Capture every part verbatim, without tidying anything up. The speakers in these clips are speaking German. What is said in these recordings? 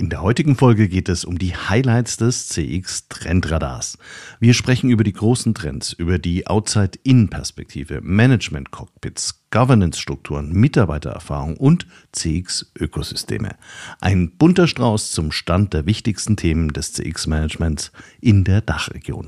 In der heutigen Folge geht es um die Highlights des C X-Trendradars. Wir sprechen über die großen Trends, über die Outside-In-Perspektive, Management-Cockpits, Governance-Strukturen, Mitarbeitererfahrung und C X-Ökosysteme. Ein bunter Strauß zum Stand der wichtigsten Themen des C X-Managements in der Dachregion.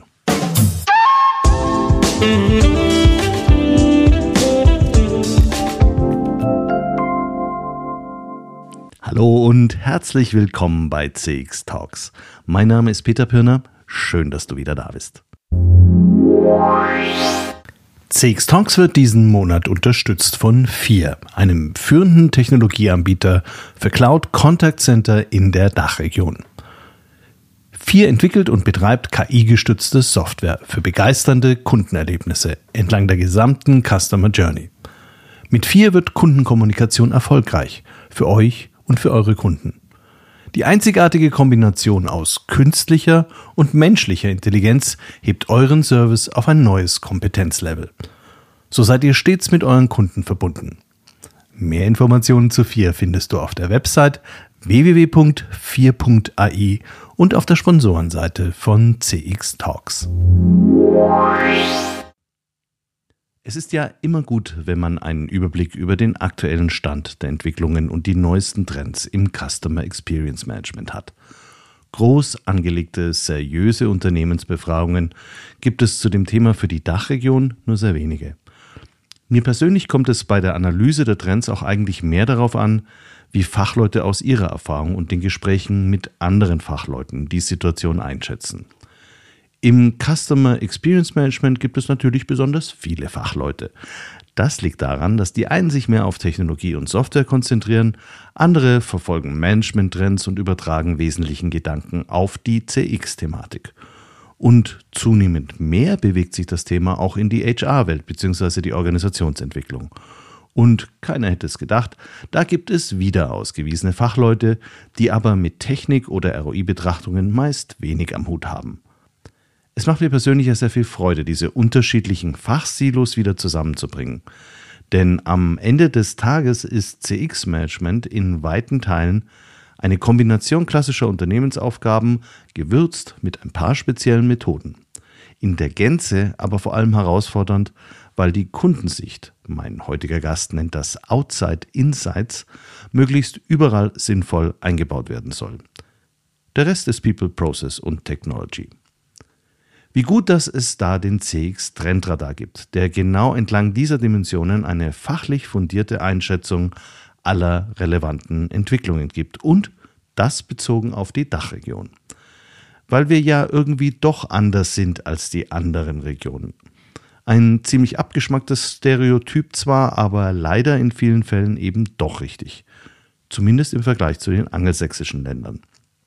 Hallo und herzlich willkommen bei C X Talks. Mein Name ist Peter Pirner, schön, dass du wieder da bist. C X Talks wird diesen Monat unterstützt von vier, einem führenden Technologieanbieter für Cloud Contact Center in der Dachregion. vier entwickelt und betreibt K I-gestützte Software für begeisternde Kundenerlebnisse entlang der gesamten Customer Journey. Mit vier wird Kundenkommunikation erfolgreich, für euch und für eure Kunden. Die einzigartige Kombination aus künstlicher und menschlicher Intelligenz hebt euren Service auf ein neues Kompetenzlevel. So seid ihr stets mit euren Kunden verbunden. Mehr Informationen zu vier findest du auf der Website w w w punkt vier punkt a i und auf der Sponsorenseite von C X Talks. Es ist ja immer gut, wenn man einen Überblick über den aktuellen Stand der Entwicklungen und die neuesten Trends im Customer Experience Management hat. Groß angelegte, seriöse Unternehmensbefragungen gibt es zu dem Thema für die Dachregion nur sehr wenige. Mir persönlich kommt es bei der Analyse der Trends auch eigentlich mehr darauf an, wie Fachleute aus ihrer Erfahrung und den Gesprächen mit anderen Fachleuten die Situation einschätzen. Im Customer Experience Management gibt es natürlich besonders viele Fachleute. Das liegt daran, dass die einen sich mehr auf Technologie und Software konzentrieren, andere verfolgen Management-Trends und übertragen wesentlichen Gedanken auf die C X-Thematik. Und zunehmend mehr bewegt sich das Thema auch in die H R-Welt bzw. die Organisationsentwicklung. Und keiner hätte es gedacht, da gibt es wieder ausgewiesene Fachleute, die aber mit Technik oder R O I-Betrachtungen meist wenig am Hut haben. Es macht mir persönlich ja sehr viel Freude, diese unterschiedlichen Fachsilos wieder zusammenzubringen. Denn am Ende des Tages ist C X-Management in weiten Teilen eine Kombination klassischer Unternehmensaufgaben, gewürzt mit ein paar speziellen Methoden. In der Gänze aber vor allem herausfordernd, weil die Kundensicht, mein heutiger Gast nennt das Outside Insights, möglichst überall sinnvoll eingebaut werden soll. Der Rest ist People, Process und Technology. Wie gut, dass es da den C X-Trendradar gibt, der genau entlang dieser Dimensionen eine fachlich fundierte Einschätzung aller relevanten Entwicklungen gibt und das bezogen auf die Dachregion. Weil wir ja irgendwie doch anders sind als die anderen Regionen. Ein ziemlich abgeschmacktes Stereotyp zwar, aber leider in vielen Fällen eben doch richtig. Zumindest im Vergleich zu den angelsächsischen Ländern.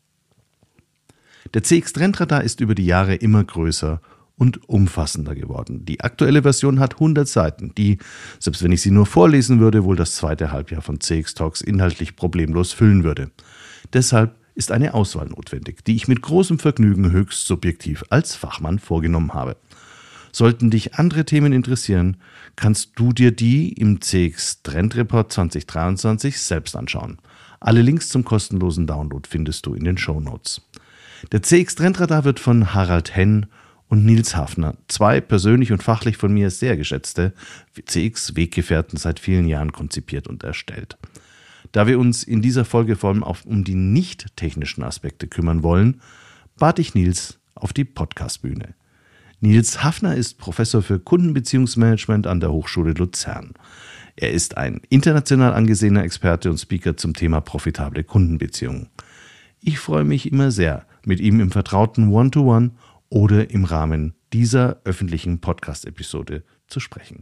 Der C X-Trendradar ist über die Jahre immer größer und umfassender geworden. Die aktuelle Version hat hundert Seiten, die, selbst wenn ich sie nur vorlesen würde, wohl das zweite Halbjahr von C X Talks inhaltlich problemlos füllen würde. Deshalb ist eine Auswahl notwendig, die ich mit großem Vergnügen höchst subjektiv als Fachmann vorgenommen habe. Sollten dich andere Themen interessieren, kannst du dir die im C X-Trendreport zwanzig dreiundzwanzig selbst anschauen. Alle Links zum kostenlosen Download findest du in den Shownotes. Der C X-Trendradar wird von Harald Henn und Nils Hafner, zwei persönlich und fachlich von mir sehr geschätzte C X-Weggefährten, seit vielen Jahren konzipiert und erstellt. Da wir uns in dieser Folge vor allem auch um die nicht technischen Aspekte kümmern wollen, bat ich Nils auf die Podcastbühne. Nils Hafner ist Professor für Kundenbeziehungsmanagement an der Hochschule Luzern. Er ist ein international angesehener Experte und Speaker zum Thema profitable Kundenbeziehungen. Ich freue mich immer sehr, mit ihm im vertrauten One-to-One oder im Rahmen dieser öffentlichen Podcast-Episode zu sprechen.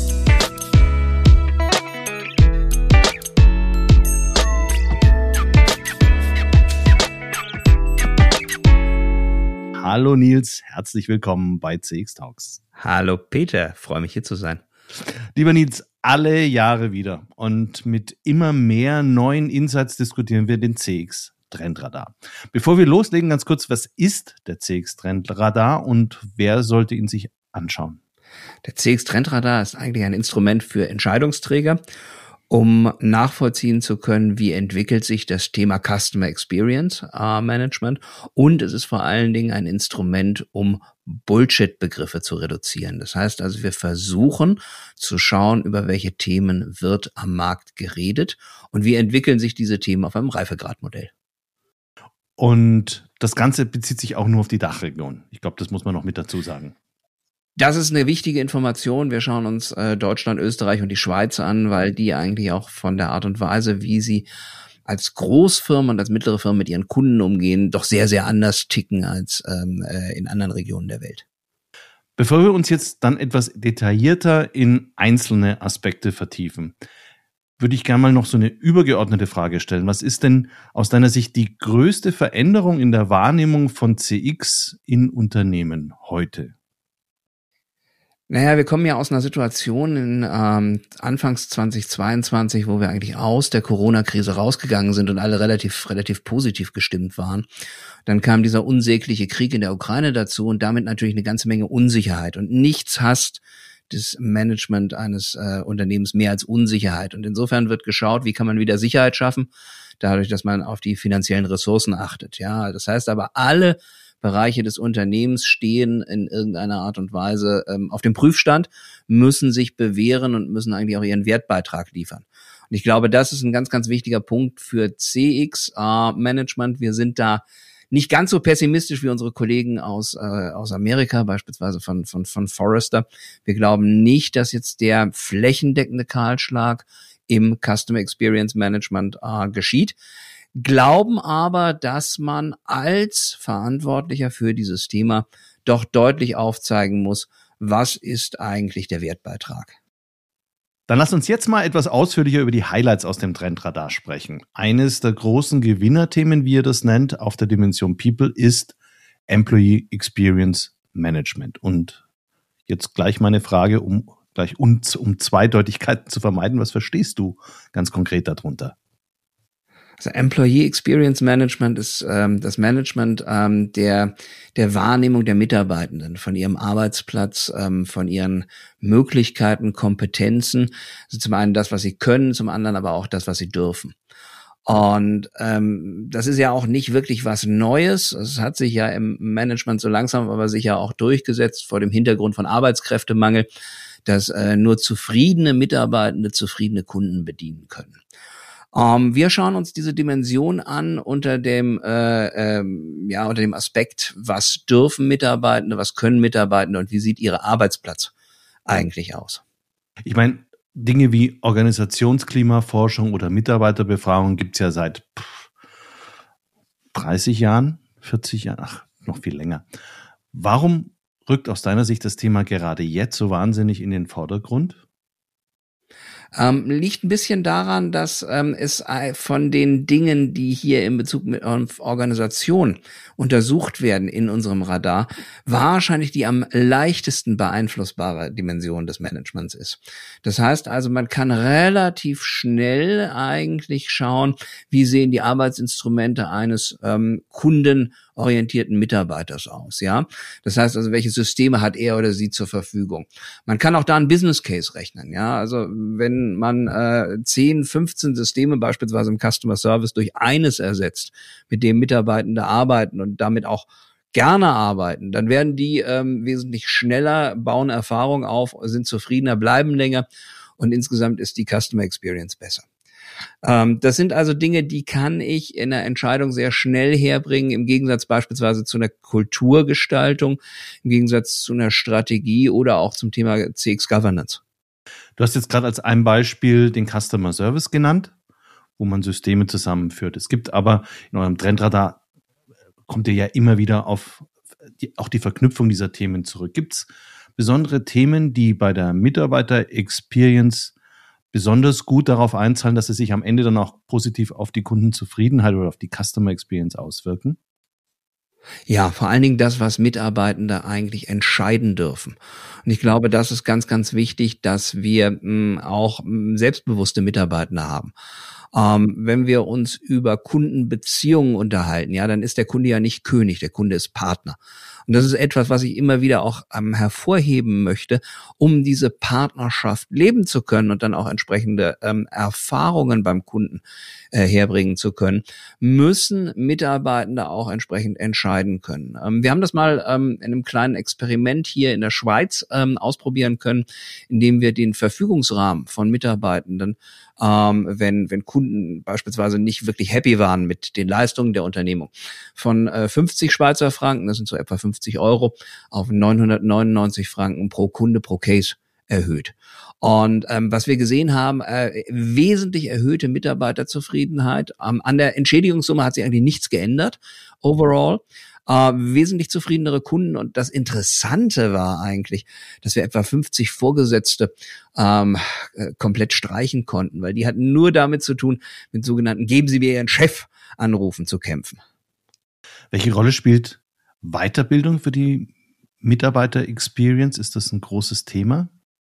Hallo Nils, herzlich willkommen bei C X Talks. Hallo Peter, freue mich hier zu sein. Lieber Nils, alle Jahre wieder und mit immer mehr neuen Insights diskutieren wir den C X-Trendradar. Bevor wir loslegen, ganz kurz, was ist der C X-Trendradar und wer sollte ihn sich anschauen? Der C X-Trendradar ist eigentlich ein Instrument für Entscheidungsträger um nachvollziehen zu können, wie entwickelt sich das Thema Customer Experience äh, Management. Und es ist vor allen Dingen ein Instrument, um Bullshit-Begriffe zu reduzieren. Das heißt also, wir versuchen zu schauen, über welche Themen wird am Markt geredet und wie entwickeln sich diese Themen auf einem Reifegradmodell. Und das Ganze bezieht sich auch nur auf die Dachregion. Ich glaube, das muss man noch mit dazu sagen. Das ist eine wichtige Information. Wir schauen uns äh, Deutschland, Österreich und die Schweiz an, weil die eigentlich auch von der Art und Weise, wie sie als Großfirmen und als mittlere Firmen mit ihren Kunden umgehen, doch sehr, sehr anders ticken als ähm, äh, in anderen Regionen der Welt. Bevor wir uns jetzt dann etwas detaillierter in einzelne Aspekte vertiefen, würde ich gerne mal noch so eine übergeordnete Frage stellen. Was ist denn aus deiner Sicht die größte Veränderung in der Wahrnehmung von C X in Unternehmen heute? Naja, wir kommen ja aus einer Situation in ähm, Anfangs zweitausendzweiundzwanzig, wo wir eigentlich aus der Corona-Krise rausgegangen sind und alle relativ relativ positiv gestimmt waren. Dann kam dieser unsägliche Krieg in der Ukraine dazu und damit natürlich eine ganze Menge Unsicherheit. Und nichts hasst das Management eines äh, Unternehmens mehr als Unsicherheit. Und insofern wird geschaut, wie kann man wieder Sicherheit schaffen, dadurch, dass man auf die finanziellen Ressourcen achtet. Ja, das heißt aber, alle Bereiche des Unternehmens stehen in irgendeiner Art und Weise ähm, auf dem Prüfstand, müssen sich bewähren und müssen eigentlich auch ihren Wertbeitrag liefern. Und ich glaube, das ist ein ganz, ganz wichtiger Punkt für C X-Management. Wir sind da nicht ganz so pessimistisch wie unsere Kollegen aus äh, aus Amerika, beispielsweise von von von Forrester. Wir glauben nicht, dass jetzt der flächendeckende Kahlschlag im Customer Experience Management äh, geschieht. Glauben aber, dass man als Verantwortlicher für dieses Thema doch deutlich aufzeigen muss, was ist eigentlich der Wertbeitrag. Dann lass uns jetzt mal etwas ausführlicher über die Highlights aus dem Trendradar sprechen. Eines der großen Gewinnerthemen, wie ihr das nennt, auf der Dimension People ist Employee Experience Management. Und jetzt gleich meine Frage, um gleich um, um Zweideutigkeiten zu vermeiden. Was verstehst du ganz konkret darunter? Also Employee Experience Management ist ähm, das Management ähm, der der Wahrnehmung der Mitarbeitenden von ihrem Arbeitsplatz, ähm, von ihren Möglichkeiten, Kompetenzen. Also zum einen das, was sie können, zum anderen aber auch das, was sie dürfen. Und ähm, das ist ja auch nicht wirklich was Neues. Es hat sich ja im Management so langsam aber sicher auch durchgesetzt vor dem Hintergrund von Arbeitskräftemangel, dass äh, nur zufriedene Mitarbeitende zufriedene Kunden bedienen können. Um, wir schauen uns diese Dimension an unter dem äh, ähm, ja unter dem Aspekt, was dürfen Mitarbeitende, was können Mitarbeitende und wie sieht ihr Arbeitsplatz eigentlich aus? Ich meine, Dinge wie Organisationsklimaforschung oder Mitarbeiterbefragung gibt's ja seit pff, dreißig Jahren, vierzig Jahren, ach, noch viel länger. Warum rückt aus deiner Sicht das Thema gerade jetzt so wahnsinnig in den Vordergrund? Ähm, liegt ein bisschen daran, dass ähm, es von den Dingen, die hier in Bezug mit auf Organisation untersucht werden in unserem Radar, wahrscheinlich die am leichtesten beeinflussbare Dimension des Managements ist. Das heißt also, man kann relativ schnell eigentlich schauen, wie sehen die Arbeitsinstrumente eines ähm, kundenorientierten Mitarbeiters aus, ja. Das heißt also, welche Systeme hat er oder sie zur Verfügung. Man kann auch da einen Business Case rechnen, ja. Also wenn man äh, zehn, fünfzehn Systeme beispielsweise im Customer Service durch eines ersetzt, mit dem Mitarbeitende arbeiten und damit auch gerne arbeiten, dann werden die ähm, wesentlich schneller, bauen Erfahrung auf, sind zufriedener, bleiben länger und insgesamt ist die Customer Experience besser. Ähm, das sind also Dinge, die kann ich in einer Entscheidung sehr schnell herbringen, im Gegensatz beispielsweise zu einer Kulturgestaltung, im Gegensatz zu einer Strategie oder auch zum Thema C X Governance. Du hast jetzt gerade als ein Beispiel den Customer Service genannt, wo man Systeme zusammenführt. Es gibt aber in eurem Trendradar, kommt ihr ja immer wieder auf die, auch die Verknüpfung dieser Themen zurück. Gibt es besondere Themen, die bei der Mitarbeiter-Experience besonders gut darauf einzahlen, dass sie sich am Ende dann auch positiv auf die Kundenzufriedenheit oder auf die Customer Experience auswirken? Ja, vor allen Dingen das, was Mitarbeitende eigentlich entscheiden dürfen. Und ich glaube, das ist ganz, ganz wichtig, dass wir mh, auch mh, selbstbewusste Mitarbeitende haben. Ähm, wenn wir uns über Kundenbeziehungen unterhalten, ja, dann ist der Kunde ja nicht König, der Kunde ist Partner. Und das ist etwas, was ich immer wieder auch ähm, hervorheben möchte, um diese Partnerschaft leben zu können und dann auch entsprechende ähm, Erfahrungen beim Kunden äh, herbringen zu können, müssen Mitarbeitende auch entsprechend entscheiden können. Ähm, wir haben das mal ähm, in einem kleinen Experiment hier in der Schweiz ähm, ausprobieren können, indem wir den Verfügungsrahmen von Mitarbeitenden, ähm, wenn wenn Kunden beispielsweise nicht wirklich happy waren mit den Leistungen der Unternehmung, von äh, fünfzig Schweizer Franken, das sind so etwa fünfzig Euro, auf neunhundertneunundneunzig Franken pro Kunde, pro Case erhöht. Und ähm, was wir gesehen haben, äh, wesentlich erhöhte Mitarbeiterzufriedenheit. Ähm, an der Entschädigungssumme hat sich eigentlich nichts geändert, overall. Äh, wesentlich zufriedenere Kunden. Und das Interessante war eigentlich, dass wir etwa fünfzig Vorgesetzte ähm, äh, komplett streichen konnten, weil die hatten nur damit zu tun, mit sogenannten "Geben Sie mir Ihren Chef" Anrufen zu kämpfen. Welche Rolle spielt Weiterbildung für die Mitarbeiter-Experience? Ist das ein großes Thema?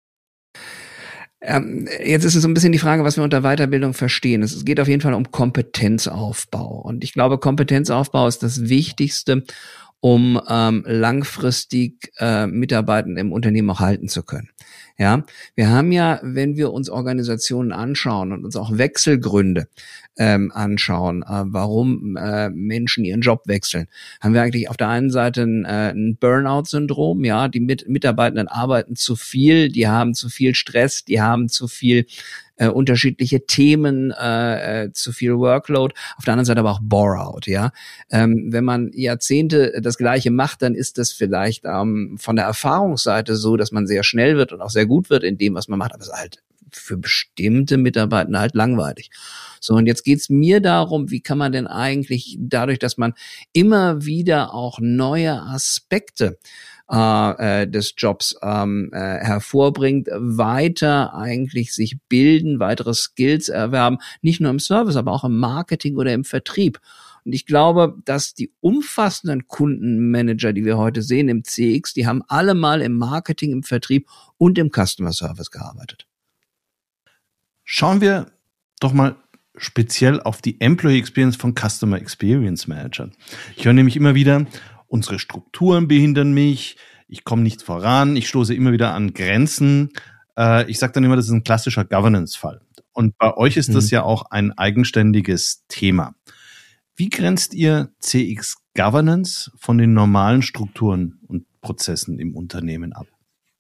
Ähm, jetzt ist es so ein bisschen die Frage, was wir unter Weiterbildung verstehen. Es geht auf jeden Fall um Kompetenzaufbau. Und ich glaube, Kompetenzaufbau ist das Wichtigste, um ähm, langfristig äh, Mitarbeitenden im Unternehmen auch halten zu können. Ja, wir haben ja, wenn wir uns Organisationen anschauen und uns auch Wechselgründe ähm, anschauen, äh, warum äh, Menschen ihren Job wechseln, haben wir eigentlich auf der einen Seite ein, äh, ein Burnout-Syndrom. Ja, die Mit- Mitarbeitenden arbeiten zu viel, die haben zu viel Stress, die haben zu viel äh, unterschiedliche Themen, äh, äh, zu viel Workload. Auf der anderen Seite aber auch Bore-out. Ja, ähm, wenn man Jahrzehnte das Gleiche macht, dann ist das vielleicht ähm, von der Erfahrungsseite so, dass man sehr schnell wird und auch sehr gut wird in dem, was man macht, aber es ist halt für bestimmte Mitarbeiter halt langweilig. So, und jetzt geht's mir darum, wie kann man denn eigentlich dadurch, dass man immer wieder auch neue Aspekte äh, des Jobs ähm, äh, hervorbringt, weiter eigentlich sich bilden, weitere Skills erwerben, nicht nur im Service, aber auch im Marketing oder im Vertrieb. Und ich glaube, dass die umfassenden Kundenmanager, die wir heute sehen im C X, die haben alle mal im Marketing, im Vertrieb und im Customer Service gearbeitet. Schauen wir doch mal speziell auf die Employee Experience von Customer Experience Managern. Ich höre nämlich immer wieder, unsere Strukturen behindern mich, ich komme nicht voran, ich stoße immer wieder an Grenzen. Äh, ich sage dann immer, das ist ein klassischer Governance-Fall. Und bei euch ist das mhm. ja auch ein eigenständiges Thema. Wie grenzt ihr C X Governance von den normalen Strukturen und Prozessen im Unternehmen ab?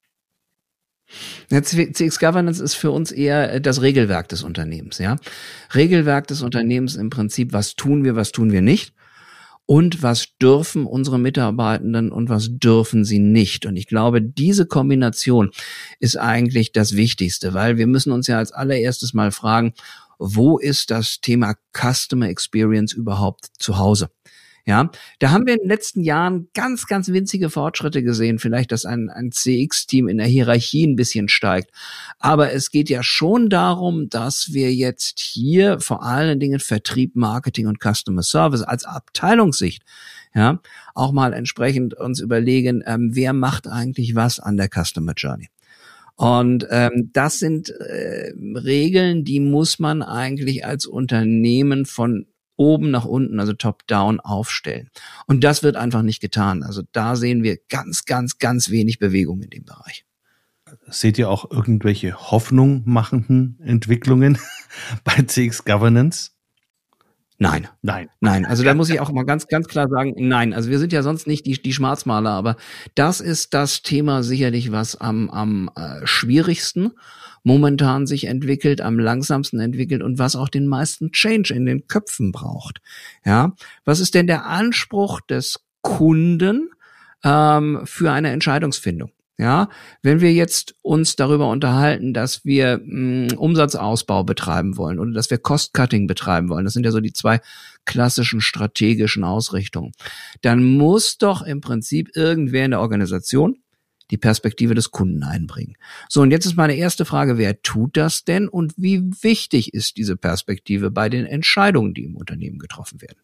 Ja, C X Governance ist für uns eher das Regelwerk des Unternehmens, ja. Regelwerk des Unternehmens im Prinzip, was tun wir, was tun wir nicht und was dürfen unsere Mitarbeitenden und was dürfen sie nicht. Und ich glaube, diese Kombination ist eigentlich das Wichtigste, weil wir müssen uns ja als allererstes mal fragen, wo ist das Thema Customer Experience überhaupt zu Hause? Ja, da haben wir in den letzten Jahren ganz, ganz winzige Fortschritte gesehen. Vielleicht, dass ein, ein C X-Team in der Hierarchie ein bisschen steigt. Aber es geht ja schon darum, dass wir jetzt hier vor allen Dingen Vertrieb, Marketing und Customer Service als Abteilungssicht, ja, auch mal entsprechend uns überlegen, ähm, wer macht eigentlich was an der Customer Journey. Und ähm, das sind äh, Regeln, die muss man eigentlich als Unternehmen von oben nach unten, also top-down aufstellen. Und das wird einfach nicht getan. Also da sehen wir ganz, ganz, ganz wenig Bewegung in dem Bereich. Seht ihr auch irgendwelche hoffnungmachenden Entwicklungen bei C X Governance? Nein. Nein. Nein. Also da muss ich auch mal ganz, ganz klar sagen, nein. Also wir sind ja sonst nicht die, die Schwarzmaler, aber das ist das Thema sicherlich, was am, am äh, schwierigsten momentan sich entwickelt, am langsamsten entwickelt und was auch den meisten Change in den Köpfen braucht. Ja, was ist denn der Anspruch des Kunden ähm, für eine Entscheidungsfindung? Ja, wenn wir jetzt uns darüber unterhalten, dass wir mh, Umsatzausbau betreiben wollen oder dass wir Cost-Cutting betreiben wollen, das sind ja so die zwei klassischen strategischen Ausrichtungen, dann muss doch im Prinzip irgendwer in der Organisation die Perspektive des Kunden einbringen. So, und jetzt ist meine erste Frage, wer tut das denn und wie wichtig ist diese Perspektive bei den Entscheidungen, die im Unternehmen getroffen werden?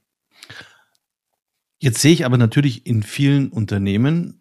Jetzt sehe ich aber natürlich in vielen Unternehmen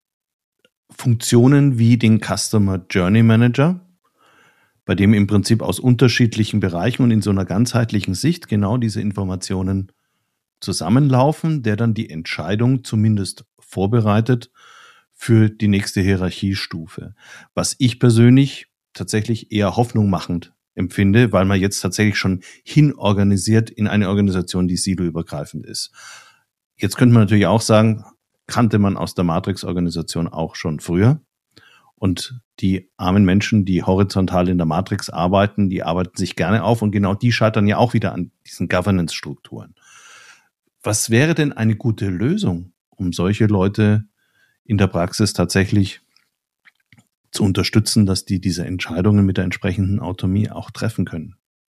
Funktionen wie den Customer Journey Manager, bei dem im Prinzip aus unterschiedlichen Bereichen und in so einer ganzheitlichen Sicht genau diese Informationen zusammenlaufen, der dann die Entscheidung zumindest vorbereitet für die nächste Hierarchiestufe. Was ich persönlich tatsächlich eher hoffnungmachend empfinde, weil man jetzt tatsächlich schon hinorganisiert in eine Organisation, die siloübergreifend ist. Jetzt könnte man natürlich auch sagen, kannte man aus der Matrix-Organisation auch schon früher. Und die armen Menschen, die horizontal in der Matrix arbeiten, die arbeiten sich gerne auf und genau die scheitern ja auch wieder an diesen Governance-Strukturen. Was wäre denn eine gute Lösung, um solche Leute in der Praxis tatsächlich zu unterstützen, dass die diese Entscheidungen mit der entsprechenden Autonomie auch treffen können?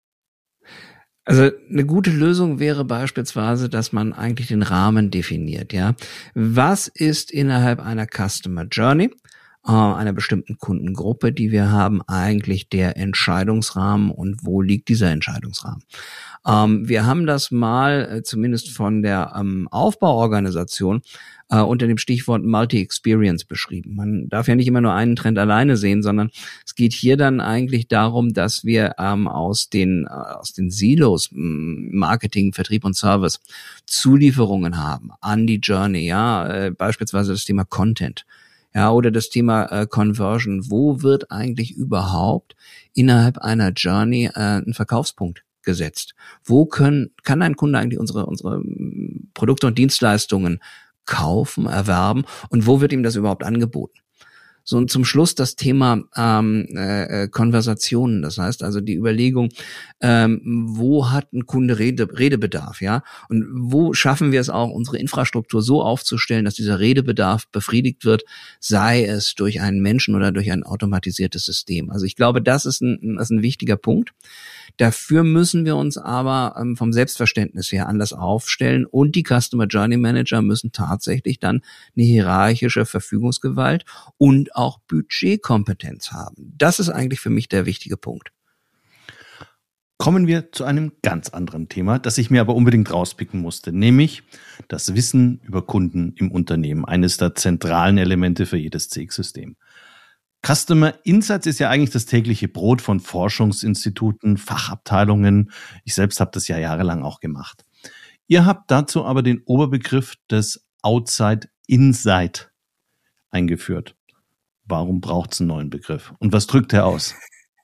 Also eine gute Lösung wäre beispielsweise, dass man eigentlich den Rahmen definiert, ja. Was ist innerhalb einer Customer Journey, äh, einer bestimmten Kundengruppe, die wir haben, eigentlich der Entscheidungsrahmen und wo liegt dieser Entscheidungsrahmen? Ähm, wir haben das mal, äh, zumindest von der ähm, Aufbauorganisation, äh, unter dem Stichwort Multi-Experience beschrieben. Man darf ja nicht immer nur einen Trend alleine sehen, sondern es geht hier dann eigentlich darum, dass wir ähm, aus den äh, aus den Silos Marketing, Vertrieb und Service Zulieferungen haben an die Journey, ja, äh, beispielsweise das Thema Content, ja, oder das Thema äh, Conversion. Wo wird eigentlich überhaupt innerhalb einer Journey äh, ein Verkaufspunkt gesetzt? Wo können kann ein Kunde eigentlich unsere unsere Produkte und Dienstleistungen kaufen, erwerben und wo wird ihm das überhaupt angeboten? So, und zum Schluss das Thema ähm, äh, Konversationen, das heißt also die Überlegung, ähm, wo hat ein Kunde Rede, Redebedarf, ja, und wo schaffen wir es auch, unsere Infrastruktur so aufzustellen, dass dieser Redebedarf befriedigt wird, sei es durch einen Menschen oder durch ein automatisiertes System. Also ich glaube, das ist ein, das ist ein wichtiger Punkt. Dafür müssen wir uns aber ähm, vom Selbstverständnis her anders aufstellen und die Customer Journey Manager müssen tatsächlich dann eine hierarchische Verfügungsgewalt und auch Budgetkompetenz haben. Das ist eigentlich für mich der wichtige Punkt. Kommen wir zu einem ganz anderen Thema, das ich mir aber unbedingt rauspicken musste, nämlich das Wissen über Kunden im Unternehmen, eines der zentralen Elemente für jedes C X-System. Customer Insights ist ja eigentlich das tägliche Brot von Forschungsinstituten, Fachabteilungen. Ich selbst habe das ja jahrelang auch gemacht. Ihr habt dazu aber den Oberbegriff des Outside Insight eingeführt. Warum braucht es einen neuen Begriff? Und was drückt er aus?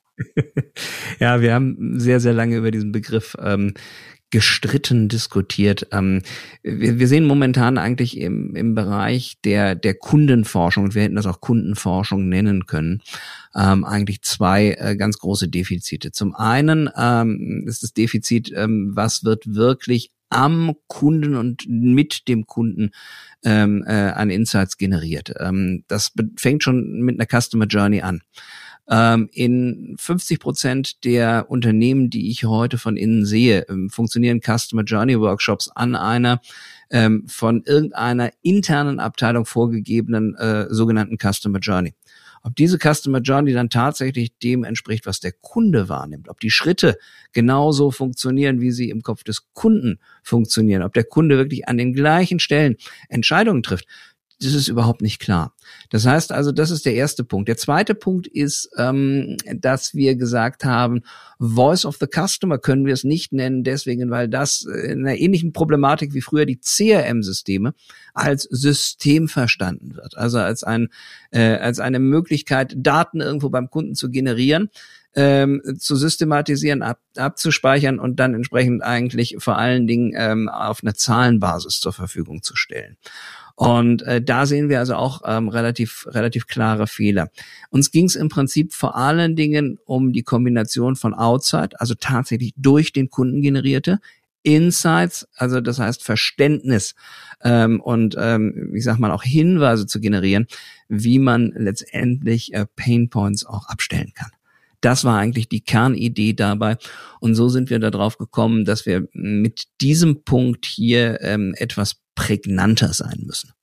Ja, wir haben sehr, sehr lange über diesen Begriff ähm, gestritten, diskutiert. Ähm, wir, wir sehen momentan eigentlich im, im Bereich der, der Kundenforschung, und wir hätten das auch Kundenforschung nennen können, ähm, eigentlich zwei äh, ganz große Defizite. Zum einen ähm, ist das Defizit, ähm, was wird wirklich am Kunden und mit dem Kunden ähm, äh, an Insights generiert. Ähm, das fängt schon mit einer Customer Journey an. Ähm, in fünfzig Prozent der Unternehmen, die ich heute von innen sehe, ähm, funktionieren Customer Journey Workshops an einer ähm, von irgendeiner internen Abteilung vorgegebenen äh, sogenannten Customer Journey. Ob diese Customer Journey dann tatsächlich dem entspricht, was der Kunde wahrnimmt, ob die Schritte genauso funktionieren, wie sie im Kopf des Kunden funktionieren, ob der Kunde wirklich an den gleichen Stellen Entscheidungen trifft, das ist überhaupt nicht klar. Das heißt also, das ist der erste Punkt. Der zweite Punkt ist, ähm, dass wir gesagt haben, Voice of the Customer können wir es nicht nennen, deswegen, weil das in einer ähnlichen Problematik wie früher die C R M-Systeme als System verstanden wird. Also als ein äh, als eine Möglichkeit, Daten irgendwo beim Kunden zu generieren, ähm, zu systematisieren, ab, abzuspeichern und dann entsprechend eigentlich vor allen Dingen ähm, auf einer Zahlenbasis zur Verfügung zu stellen. Und äh, da sehen wir also auch ähm, relativ relativ klare Fehler. Uns ging es im Prinzip vor allen Dingen um die Kombination von Outside, also tatsächlich durch den Kunden generierte, Insights, also das heißt Verständnis ähm, und ähm, ich sag mal auch Hinweise zu generieren, wie man letztendlich äh, Painpoints auch abstellen kann. Das war eigentlich die Kernidee dabei. Und so sind wir darauf gekommen, dass wir mit diesem Punkt hier ähm, etwas prägnanter sein müssen.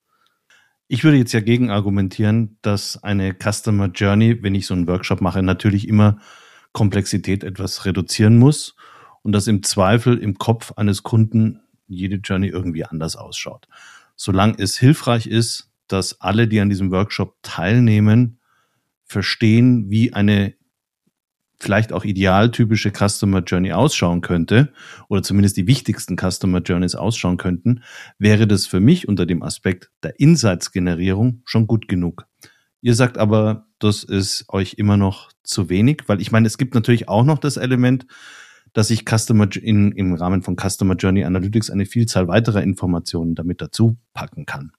Ich würde jetzt ja gegen argumentieren, dass eine Customer Journey, wenn ich so einen Workshop mache, natürlich immer Komplexität etwas reduzieren muss und dass im Zweifel im Kopf eines Kunden jede Journey irgendwie anders ausschaut. Solange es hilfreich ist, dass alle, die an diesem Workshop teilnehmen, verstehen, wie eine vielleicht auch idealtypische Customer Journey ausschauen könnte oder zumindest die wichtigsten Customer Journeys ausschauen könnten, wäre das für mich unter dem Aspekt der Insights-Generierung schon gut genug. Ihr sagt aber, das ist euch immer noch zu wenig, weil ich meine, es gibt natürlich auch noch das Element, dass ich Customer in, im Rahmen von Customer Journey Analytics eine Vielzahl weiterer Informationen damit dazu packen kann.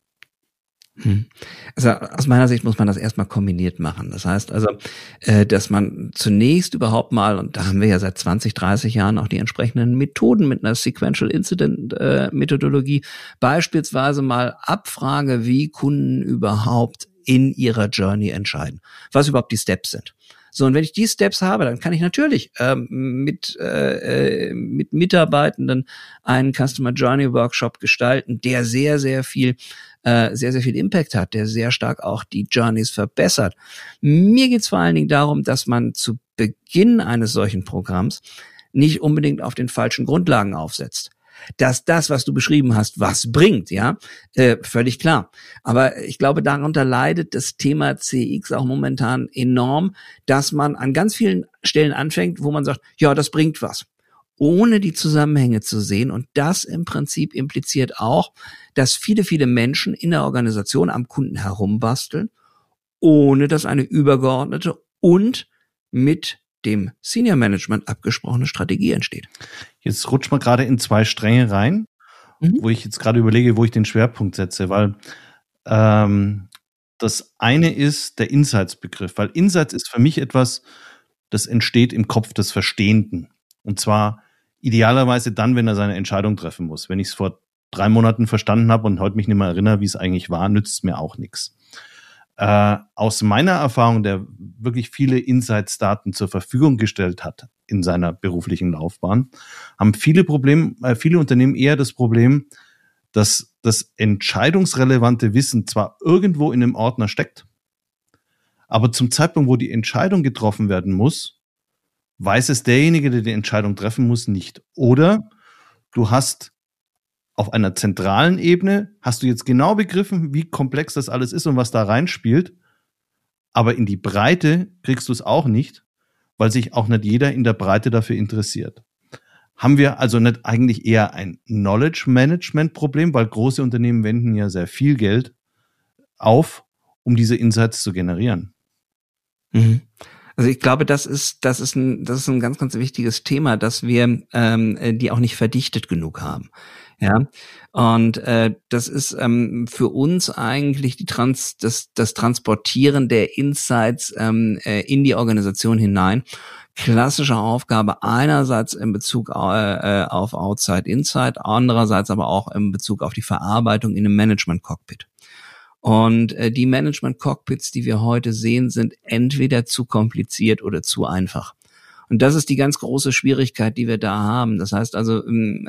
Also aus meiner Sicht muss man das erstmal kombiniert machen. Das heißt also, äh, dass man zunächst überhaupt mal, und da haben wir ja seit zwanzig, dreißig Jahren auch die entsprechenden Methoden mit einer Sequential Incident äh, Methodologie, beispielsweise mal abfrage, wie Kunden überhaupt in ihrer Journey entscheiden, was überhaupt die Steps sind. So, und wenn ich die Steps habe, dann kann ich natürlich ähm, mit äh, mit Mitarbeitenden einen Customer Journey Workshop gestalten, der sehr, sehr viel äh, sehr, sehr viel Impact hat, der sehr stark auch die Journeys verbessert. Mir geht es vor allen Dingen darum, dass man zu Beginn eines solchen Programms nicht unbedingt auf den falschen Grundlagen aufsetzt. Dass das, was du beschrieben hast, was bringt, ja, äh, völlig klar. Aber ich glaube, darunter leidet das Thema C X auch momentan enorm, dass man an ganz vielen Stellen anfängt, wo man sagt, ja, das bringt was, ohne die Zusammenhänge zu sehen. Und das im Prinzip impliziert auch, dass viele, viele Menschen in der Organisation am Kunden herumbasteln, ohne dass eine übergeordnete und mit dem Senior Management abgesprochene Strategie entsteht. Jetzt rutscht man gerade in zwei Stränge rein, mhm. wo ich jetzt gerade überlege, wo ich den Schwerpunkt setze, weil ähm, das eine ist der Insights-Begriff, weil Insights ist für mich etwas, das entsteht im Kopf des Verstehenden. Und zwar idealerweise dann, wenn er seine Entscheidung treffen muss. Wenn ich es vor drei Monaten verstanden habe und heute mich nicht mehr erinnere, wie es eigentlich war, nützt es mir auch nichts. Äh, aus meiner Erfahrung, der wirklich viele Insights-Daten zur Verfügung gestellt hat in seiner beruflichen Laufbahn, haben viele Probleme, äh, viele Unternehmen eher das Problem, dass das entscheidungsrelevante Wissen zwar irgendwo in einem Ordner steckt, aber zum Zeitpunkt, wo die Entscheidung getroffen werden muss, weiß es derjenige, der die Entscheidung treffen muss, nicht. Oder du hast auf einer zentralen Ebene, hast du jetzt genau begriffen, wie komplex das alles ist und was da reinspielt, aber in die Breite kriegst du es auch nicht, weil sich auch nicht jeder in der Breite dafür interessiert. Haben wir also nicht eigentlich eher ein Knowledge-Management-Problem, weil große Unternehmen wenden ja sehr viel Geld auf, um diese Insights zu generieren? Mhm. Also ich glaube, das ist das ist ein das ist ein ganz ganz wichtiges Thema, dass wir ähm, die auch nicht verdichtet genug haben. Ja, und äh, das ist ähm, für uns eigentlich die Trans das das Transportieren der Insights ähm, äh, in die Organisation hinein. Klassische Aufgabe einerseits in Bezug äh, auf Outside Inside, andererseits aber auch in Bezug auf die Verarbeitung in einem Management Cockpit. Und äh, die Management Cockpits, die wir heute sehen, sind entweder zu kompliziert oder zu einfach. Und das ist die ganz große Schwierigkeit, die wir da haben. Das heißt also,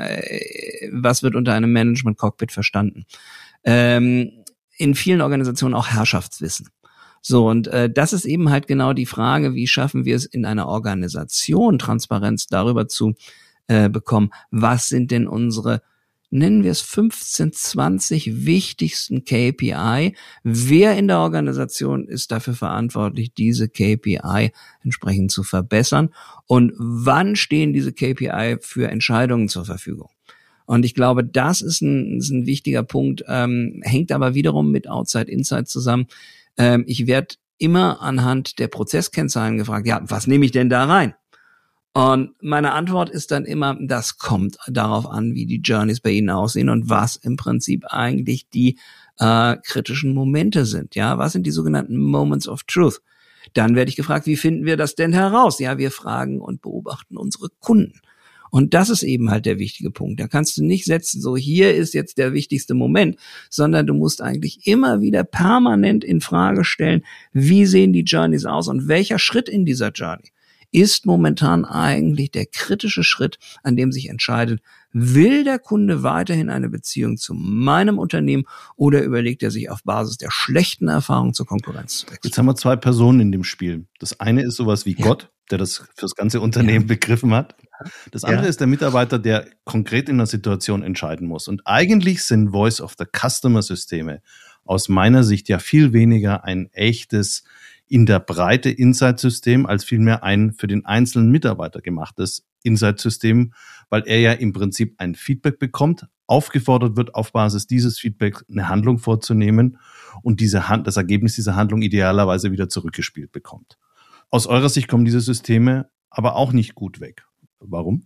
äh, was wird unter einem Management Cockpit verstanden? Ähm, in vielen Organisationen auch Herrschaftswissen. So, und äh, das ist eben halt genau die Frage, wie schaffen wir es in einer Organisation, Transparenz darüber zu äh, bekommen, was sind denn unsere, nennen wir es fünfzehn, zwanzig wichtigsten K P I. Wer in der Organisation ist dafür verantwortlich, diese K P I entsprechend zu verbessern? Und wann stehen diese K P I für Entscheidungen zur Verfügung? Und ich glaube, das ist ein, ist ein wichtiger Punkt, ähm, hängt aber wiederum mit Outside Inside zusammen. Ähm, ich werde immer anhand der Prozesskennzahlen gefragt, ja, was nehme ich denn da rein? Und meine Antwort ist dann immer, das kommt darauf an, wie die Journeys bei Ihnen aussehen und was im Prinzip eigentlich die äh, kritischen Momente sind. Ja, was sind die sogenannten Moments of Truth? Dann werde ich gefragt, wie finden wir das denn heraus? Ja, wir fragen und beobachten unsere Kunden. Und das ist eben halt der wichtige Punkt. Da kannst du nicht setzen, so hier ist jetzt der wichtigste Moment, sondern du musst eigentlich immer wieder permanent in Frage stellen, wie sehen die Journeys aus und welcher Schritt in dieser Journey ist momentan eigentlich der kritische Schritt, an dem sich entscheidet, will der Kunde weiterhin eine Beziehung zu meinem Unternehmen oder überlegt er sich auf Basis der schlechten Erfahrungen zur Konkurrenz zu wechseln? Jetzt haben wir zwei Personen in dem Spiel. Das eine ist sowas wie ja. Gott, der das fürs ganze Unternehmen ja. begriffen hat. Das andere ja. ist der Mitarbeiter, der konkret in einer Situation entscheiden muss. Und eigentlich sind Voice of the Customer Systeme aus meiner Sicht ja viel weniger ein echtes in der Breite Insight-System als vielmehr ein für den einzelnen Mitarbeiter gemachtes Insight-System, weil er ja im Prinzip ein Feedback bekommt, aufgefordert wird, auf Basis dieses Feedbacks eine Handlung vorzunehmen und diese Hand, das Ergebnis dieser Handlung idealerweise wieder zurückgespielt bekommt. Aus eurer Sicht kommen diese Systeme aber auch nicht gut weg. Warum?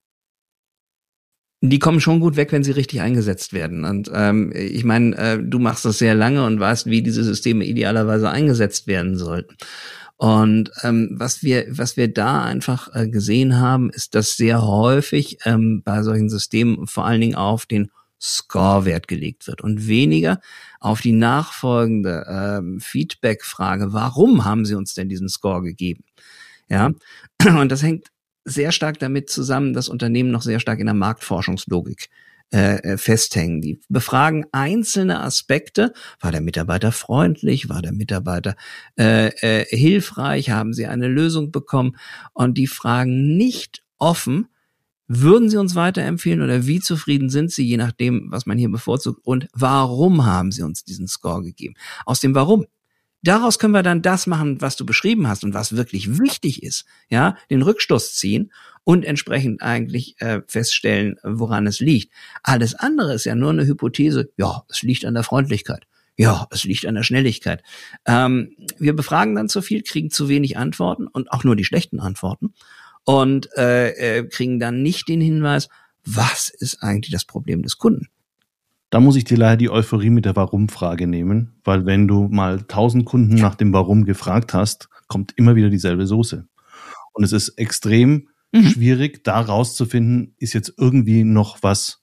Die kommen schon gut weg, wenn sie richtig eingesetzt werden. Und ähm, ich meine, äh, du machst das sehr lange und weißt, wie diese Systeme idealerweise eingesetzt werden sollten. Und ähm, was wir was wir da einfach äh, gesehen haben, ist, dass sehr häufig ähm, bei solchen Systemen vor allen Dingen auf den Score-Wert gelegt wird und weniger auf die nachfolgende ähm, Feedback-Frage, warum haben sie uns denn diesen Score gegeben? Ja, und das hängt sehr stark damit zusammen, dass Unternehmen noch sehr stark in der Marktforschungslogik äh, festhängen. Die befragen einzelne Aspekte. War der Mitarbeiter freundlich? War der Mitarbeiter äh, äh, hilfreich? Haben sie eine Lösung bekommen? Und die fragen nicht offen, würden sie uns weiterempfehlen oder wie zufrieden sind sie, je nachdem, was man hier bevorzugt, und warum haben sie uns diesen Score gegeben? Aus dem Warum. Daraus können wir dann das machen, was du beschrieben hast und was wirklich wichtig ist, ja, den Rückstoß ziehen und entsprechend eigentlich äh, feststellen, woran es liegt. Alles andere ist ja nur eine Hypothese. Ja, es liegt an der Freundlichkeit. Ja, es liegt an der Schnelligkeit. Ähm, wir befragen dann zu viel, kriegen zu wenig Antworten und auch nur die schlechten Antworten und äh, äh, kriegen dann nicht den Hinweis, was ist eigentlich das Problem des Kunden? Da muss ich dir leider die Euphorie mit der Warum-Frage nehmen, weil wenn du mal tausend Kunden nach dem Warum gefragt hast, kommt immer wieder dieselbe Soße. Und es ist extrem mhm. schwierig, da rauszufinden, ist jetzt irgendwie noch was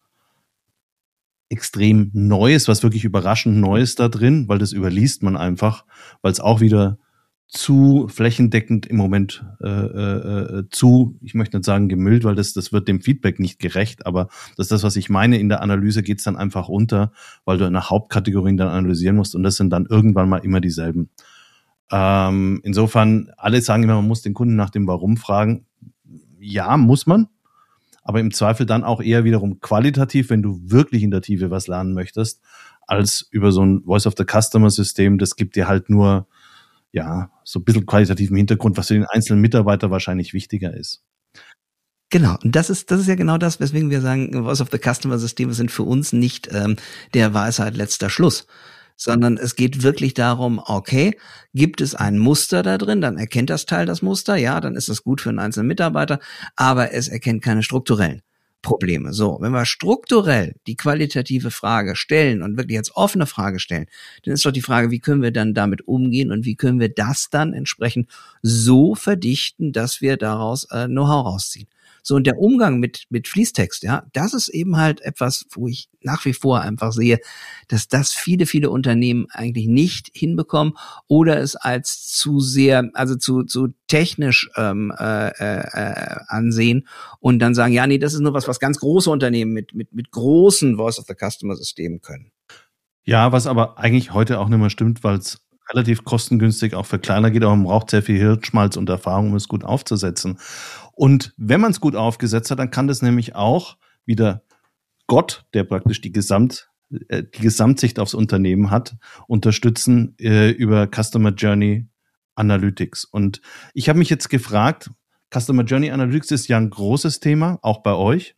extrem Neues, was wirklich überraschend Neues da drin, weil das überliest man einfach, weil es auch wieder zu flächendeckend im Moment äh, äh, zu, ich möchte nicht sagen gemüllt, weil das das wird dem Feedback nicht gerecht, aber das ist das, was ich meine. In der Analyse geht's dann einfach unter, weil du nach Hauptkategorien dann analysieren musst und das sind dann irgendwann mal immer dieselben. Ähm, insofern, alle sagen immer, man muss den Kunden nach dem Warum fragen. Ja, muss man, aber im Zweifel dann auch eher wiederum qualitativ, wenn du wirklich in der Tiefe was lernen möchtest, als über so ein Voice-of-the-Customer-System. Das gibt dir halt nur ja, so ein bisschen qualitativen Hintergrund, was für den einzelnen Mitarbeiter wahrscheinlich wichtiger ist. Genau, und das ist das ist ja genau das, weswegen wir sagen, Voice-of-the-Customer-Systeme sind für uns nicht ähm, der Weisheit letzter Schluss, sondern es geht wirklich darum, okay, gibt es ein Muster da drin, dann erkennt das Teil das Muster, ja, dann ist das gut für einen einzelnen Mitarbeiter, aber es erkennt keine strukturellen Probleme. So, wenn wir strukturell die qualitative Frage stellen und wirklich als offene Frage stellen, dann ist doch die Frage, wie können wir dann damit umgehen und wie können wir das dann entsprechend so verdichten, dass wir daraus äh, Know-how rausziehen. So, und der Umgang mit mit Fließtext, ja, das ist eben halt etwas, wo ich nach wie vor einfach sehe, dass das viele, viele Unternehmen eigentlich nicht hinbekommen oder es als zu sehr, also zu zu technisch ähm, äh, äh, ansehen und dann sagen, ja, nee, das ist nur was, was ganz große Unternehmen mit mit mit großen Voice-of-the-Customer-Systemen können. Ja, was aber eigentlich heute auch nicht mehr stimmt, weil es relativ kostengünstig auch für kleiner geht, aber man braucht sehr viel Hirnschmalz und Erfahrung, um es gut aufzusetzen. Und wenn man es gut aufgesetzt hat, dann kann das nämlich auch wieder Gott, der praktisch die Gesamt, äh, die Gesamtsicht aufs Unternehmen hat, unterstützen äh, über Customer Journey Analytics. Und ich habe mich jetzt gefragt, Customer Journey Analytics ist ja ein großes Thema, auch bei euch.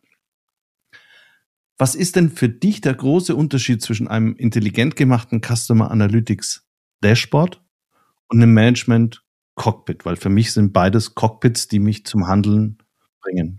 Was ist denn für dich der große Unterschied zwischen einem intelligent gemachten Customer Analytics Dashboard und einem Management Cockpit? Weil für mich sind beides Cockpits, die mich zum Handeln bringen.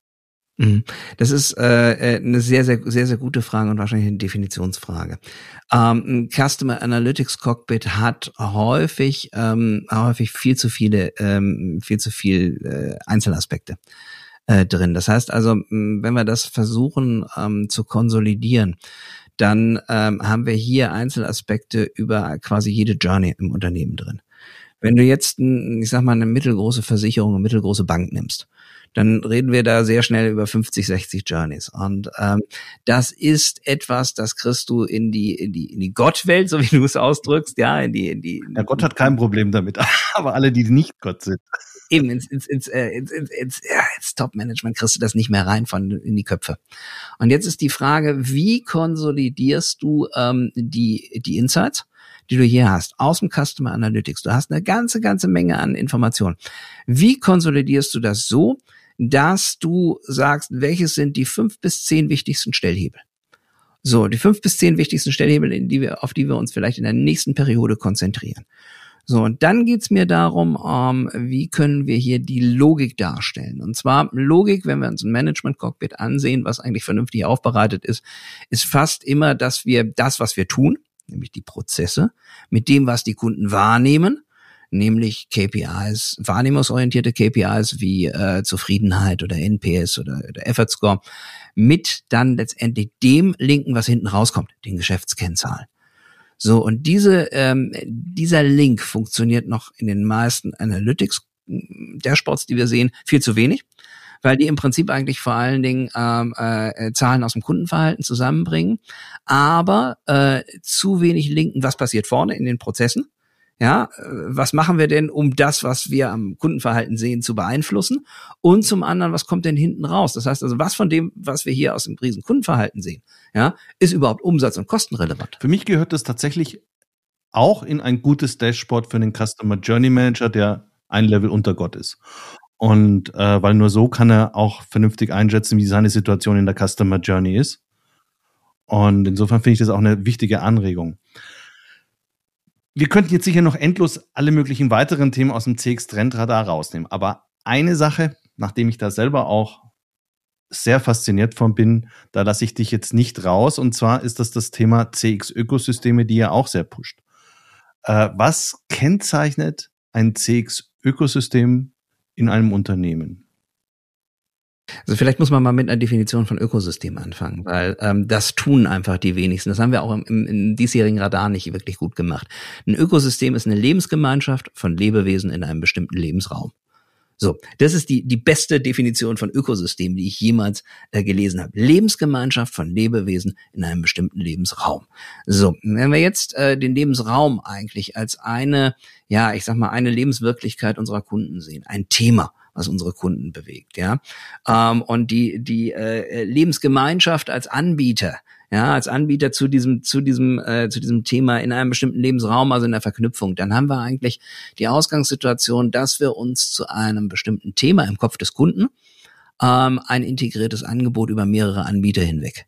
Das ist äh, eine sehr, sehr, sehr, sehr gute Frage und wahrscheinlich eine Definitionsfrage. Ähm, ein Customer Analytics Cockpit hat häufig, ähm, häufig viel zu viele, ähm, viel zu viel äh, Einzelaspekte äh, drin. Das heißt also, wenn wir das versuchen ähm, zu konsolidieren, dann ähm, haben wir hier Einzelaspekte über quasi jede Journey im Unternehmen drin. Wenn du jetzt, ein, ich sag mal, eine mittelgroße Versicherung, eine mittelgroße Bank nimmst, dann reden wir da sehr schnell über fünfzig, sechzig Journeys. Und ähm, das ist etwas, das kriegst du in die in die in die Gottwelt, so wie du es ausdrückst, ja, in die in die. Ja, Gott hat kein Problem damit, aber alle, die nicht Gott sind. Eben ins ins ins äh, ins, ins, ins, ja, ins Top-Management kriegst du das nicht mehr rein von in die Köpfe. Und jetzt ist die Frage, wie konsolidierst du ähm, die die Insights? die du hier hast, aus dem Customer Analytics, du hast eine ganze, ganze Menge an Informationen. Wie konsolidierst du das so, dass du sagst, welches sind die fünf bis zehn wichtigsten Stellhebel? So, die fünf bis zehn wichtigsten Stellhebel, in die wir, auf die wir uns vielleicht in der nächsten Periode konzentrieren. So, und dann geht's mir darum, ähm, wie können wir hier die Logik darstellen. Und zwar Logik, wenn wir uns ein Management-Cockpit ansehen, was eigentlich vernünftig aufbereitet ist, ist fast immer, dass wir das, was wir tun, nämlich die Prozesse, mit dem, was die Kunden wahrnehmen, nämlich K P Is, wahrnehmungsorientierte K P Is wie äh, Zufriedenheit oder N P S oder, oder Effort Score, mit dann letztendlich dem linken, was hinten rauskommt, den Geschäftskennzahlen. So, und diese, ähm, dieser Link funktioniert noch in den meisten Analytics-Dashboards, die wir sehen, viel zu wenig, weil die im Prinzip eigentlich vor allen Dingen ähm, äh, Zahlen aus dem Kundenverhalten zusammenbringen, aber äh, zu wenig linken, was passiert vorne in den Prozessen. Ja, was machen wir denn, um das, was wir am Kundenverhalten sehen, zu beeinflussen? Und zum anderen, was kommt denn hinten raus? Das heißt also, was von dem, was wir hier aus dem riesen Kundenverhalten sehen, ja, ist überhaupt umsatz- und kostenrelevant? Für mich gehört das tatsächlich auch in ein gutes Dashboard für den Customer Journey Manager, der ein Level unter Gott ist. Und äh, weil nur so kann er auch vernünftig einschätzen, wie seine Situation in der Customer Journey ist. Und insofern finde ich das auch eine wichtige Anregung. Wir könnten jetzt sicher noch endlos alle möglichen weiteren Themen aus dem C X-Trendradar rausnehmen. Aber eine Sache, nachdem ich da selber auch sehr fasziniert von bin, da lasse ich dich jetzt nicht raus. Und zwar ist das das Thema C X-Ökosysteme, die ja auch sehr pusht. Äh, was kennzeichnet ein C X-Ökosystem in einem Unternehmen? Also vielleicht muss man mal mit einer Definition von Ökosystem anfangen, weil ähm, das tun einfach die wenigsten. Das haben wir auch im, im, im diesjährigen Radar nicht wirklich gut gemacht. Ein Ökosystem ist eine Lebensgemeinschaft von Lebewesen in einem bestimmten Lebensraum. So, das ist die die beste Definition von Ökosystem, die ich jemals äh, gelesen habe. Lebensgemeinschaft von Lebewesen in einem bestimmten Lebensraum. So, wenn wir jetzt äh, den Lebensraum eigentlich als eine, ja, ich sag mal, eine Lebenswirklichkeit unserer Kunden sehen, ein Thema, was unsere Kunden bewegt, ja, ähm, und die die äh, Lebensgemeinschaft als Anbieter, ja, als Anbieter zu diesem zu diesem äh, zu diesem Thema in einem bestimmten Lebensraum, also in der Verknüpfung, dann haben wir eigentlich die Ausgangssituation, dass wir uns zu einem bestimmten Thema im Kopf des Kunden ähm, ein integriertes Angebot über mehrere Anbieter hinweg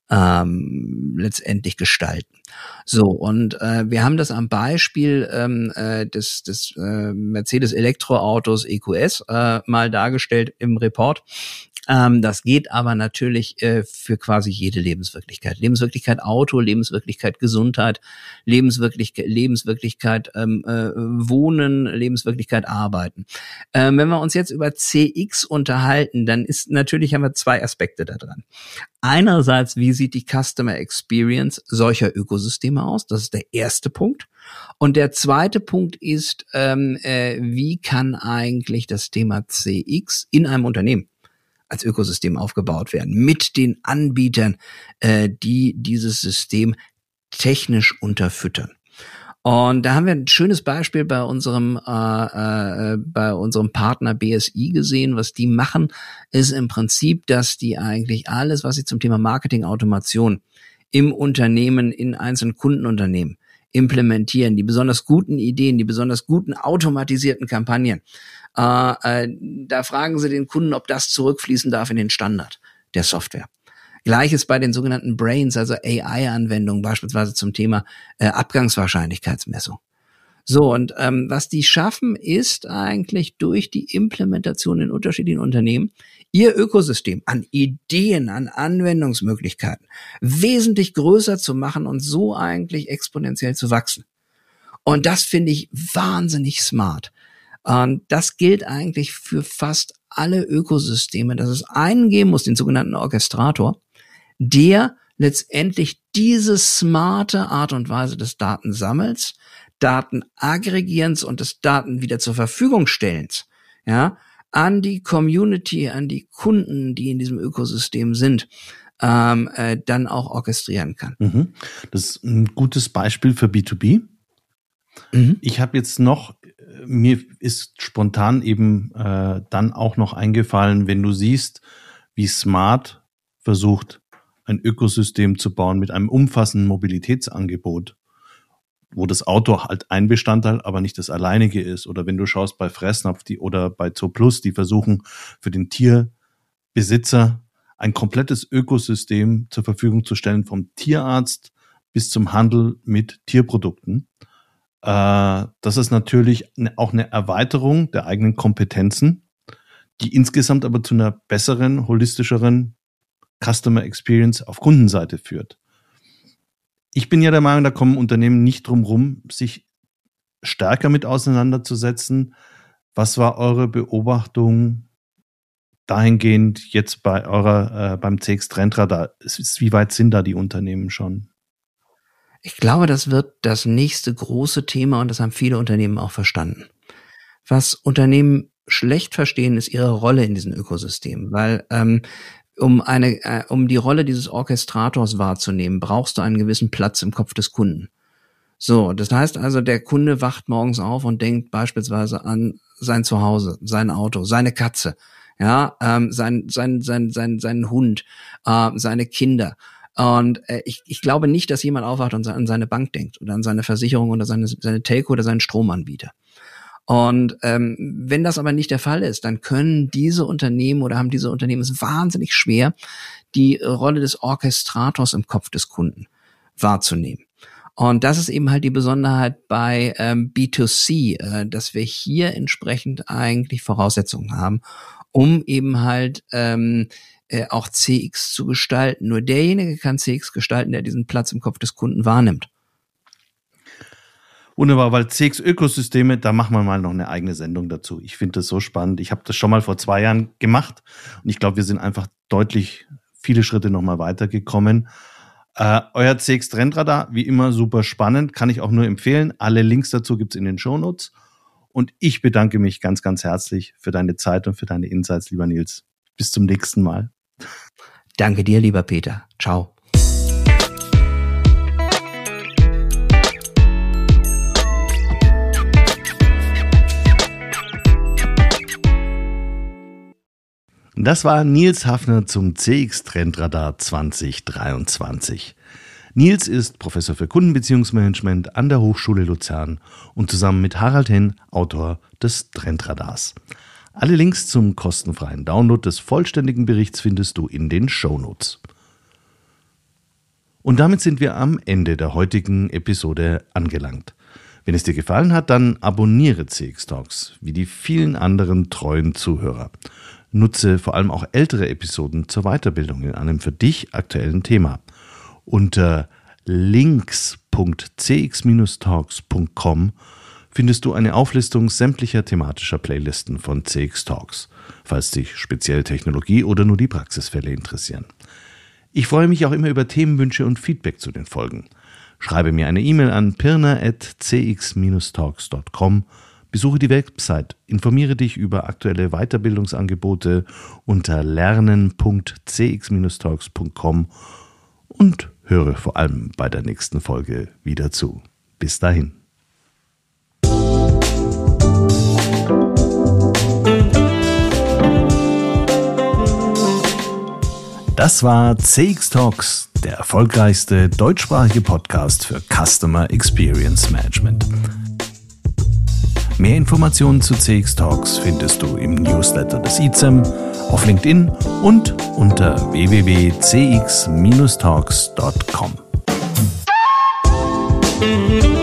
ähm, letztendlich gestalten. So, und äh, wir haben das am Beispiel ähm, äh, des, des äh, Mercedes-Elektroautos E Q S äh, mal dargestellt im Report. Ähm, das geht aber natürlich äh, für quasi jede Lebenswirklichkeit. Lebenswirklichkeit Auto, Lebenswirklichkeit Gesundheit, Lebenswirklichkeit, Lebenswirklichkeit ähm, äh, Wohnen, Lebenswirklichkeit Arbeiten. Ähm, wenn wir uns jetzt über C X unterhalten, dann ist natürlich, haben wir zwei Aspekte da dran. Einerseits, wie sieht die Customer Experience solcher Ökosysteme aus? Das ist der erste Punkt. Und der zweite Punkt ist, ähm, äh, wie kann eigentlich das Thema C X in einem Unternehmen als Ökosystem aufgebaut werden, mit den Anbietern, äh, die dieses System technisch unterfüttern. Und da haben wir ein schönes Beispiel bei unserem äh, äh, bei unserem Partner B S I gesehen. Was die machen, ist im Prinzip, dass die eigentlich alles, was sie zum Thema Marketing-Automation im Unternehmen, in einzelnen Kundenunternehmen implementieren, die besonders guten Ideen, die besonders guten automatisierten Kampagnen, äh, äh, da fragen sie den Kunden, ob das zurückfließen darf in den Standard der Software. Gleiches bei den sogenannten Brains, also A I-Anwendungen, beispielsweise zum Thema äh, Abgangswahrscheinlichkeitsmessung. So, und ähm, was die schaffen, ist eigentlich durch die Implementation in unterschiedlichen Unternehmen ihr Ökosystem an Ideen, an Anwendungsmöglichkeiten wesentlich größer zu machen und so eigentlich exponentiell zu wachsen. Und das finde ich wahnsinnig smart. Und das gilt eigentlich für fast alle Ökosysteme, dass es einen geben muss, den sogenannten Orchestrator, der letztendlich diese smarte Art und Weise des Datensammels, Datenaggregierens und des Daten wieder zur Verfügung stellens, ja, an die Community, an die Kunden, die in diesem Ökosystem sind, ähm, äh, dann auch orchestrieren kann. Mhm. Das ist ein gutes Beispiel für B zwei B. Mhm. Ich habe jetzt noch, mir ist spontan eben äh, dann auch noch eingefallen, wenn du siehst, wie Smart versucht, ein Ökosystem zu bauen mit einem umfassenden Mobilitätsangebot, wo das Auto halt ein Bestandteil, aber nicht das alleinige ist. Oder wenn du schaust bei Fressnapf die, oder bei Zooplus, die versuchen für den Tierbesitzer ein komplettes Ökosystem zur Verfügung zu stellen, vom Tierarzt bis zum Handel mit Tierprodukten. Äh, das ist natürlich ne, auch eine Erweiterung der eigenen Kompetenzen, die insgesamt aber zu einer besseren, holistischeren Customer Experience auf Kundenseite führt. Ich bin ja der Meinung, da kommen Unternehmen nicht drum rum, sich stärker mit auseinanderzusetzen. Was war eure Beobachtung dahingehend jetzt bei eurer äh, beim C X Trendradar? Wie weit sind da die Unternehmen schon? Ich glaube, das wird das nächste große Thema und das haben viele Unternehmen auch verstanden. Was Unternehmen schlecht verstehen, ist ihre Rolle in diesem Ökosystem, weil ähm, um eine, äh, um die Rolle dieses Orchestrators wahrzunehmen, brauchst du einen gewissen Platz im Kopf des Kunden. So, das heißt also, der Kunde wacht morgens auf und denkt beispielsweise an sein Zuhause, sein Auto, seine Katze, ja, ähm, sein, sein, sein, sein, seinen Hund, äh, seine Kinder. Und äh, ich, ich glaube nicht, dass jemand aufwacht und an seine Bank denkt oder an seine Versicherung oder seine, seine Telco oder seinen Stromanbieter. Und ähm, wenn das aber nicht der Fall ist, dann können diese Unternehmen oder haben diese Unternehmen es wahnsinnig schwer, die Rolle des Orchestrators im Kopf des Kunden wahrzunehmen. Und das ist eben halt die Besonderheit bei ähm, B zwei C, äh, dass wir hier entsprechend eigentlich Voraussetzungen haben, um eben halt ähm, äh, auch C X zu gestalten. Nur derjenige kann C X gestalten, der diesen Platz im Kopf des Kunden wahrnimmt. Wunderbar, weil C X-Ökosysteme, da machen wir mal noch eine eigene Sendung dazu. Ich finde das so spannend. Ich habe das schon mal vor zwei Jahren gemacht und ich glaube, wir sind einfach deutlich viele Schritte nochmal weitergekommen. Äh, euer C X-Trendradar, wie immer super spannend, kann ich auch nur empfehlen. Alle Links dazu gibt's in den Shownotes. Und ich bedanke mich ganz, ganz herzlich für deine Zeit und für deine Insights, lieber Nils. Bis zum nächsten Mal. Danke dir, lieber Peter. Ciao. Das war Nils Hafner zum C X-Trendradar zwanzig dreiundzwanzig. Nils ist Professor für Kundenbeziehungsmanagement an der Hochschule Luzern und zusammen mit Harald Henn Autor des Trendradars. Alle Links zum kostenfreien Download des vollständigen Berichts findest du in den Shownotes. Und damit sind wir am Ende der heutigen Episode angelangt. Wenn es dir gefallen hat, dann abonniere C X Talks, wie die vielen anderen treuen Zuhörer. Nutze vor allem auch ältere Episoden zur Weiterbildung in einem für dich aktuellen Thema. Unter links punkt c x talks punkt com findest du eine Auflistung sämtlicher thematischer Playlisten von C X Talks, falls dich speziell Technologie oder nur die Praxisfälle interessieren. Ich freue mich auch immer über Themenwünsche und Feedback zu den Folgen. Schreibe mir eine E-Mail an pirna at c x talks punkt com. Besuche die Website, informiere dich über aktuelle Weiterbildungsangebote unter lernen punkt c x talks punkt com und höre vor allem bei der nächsten Folge wieder zu. Bis dahin. Das war C X Talks, der erfolgreichste deutschsprachige Podcast für Customer Experience Management. Mehr Informationen zu C X Talks findest du im Newsletter des I Z E M, auf LinkedIn und unter w w w punkt c x talks punkt com.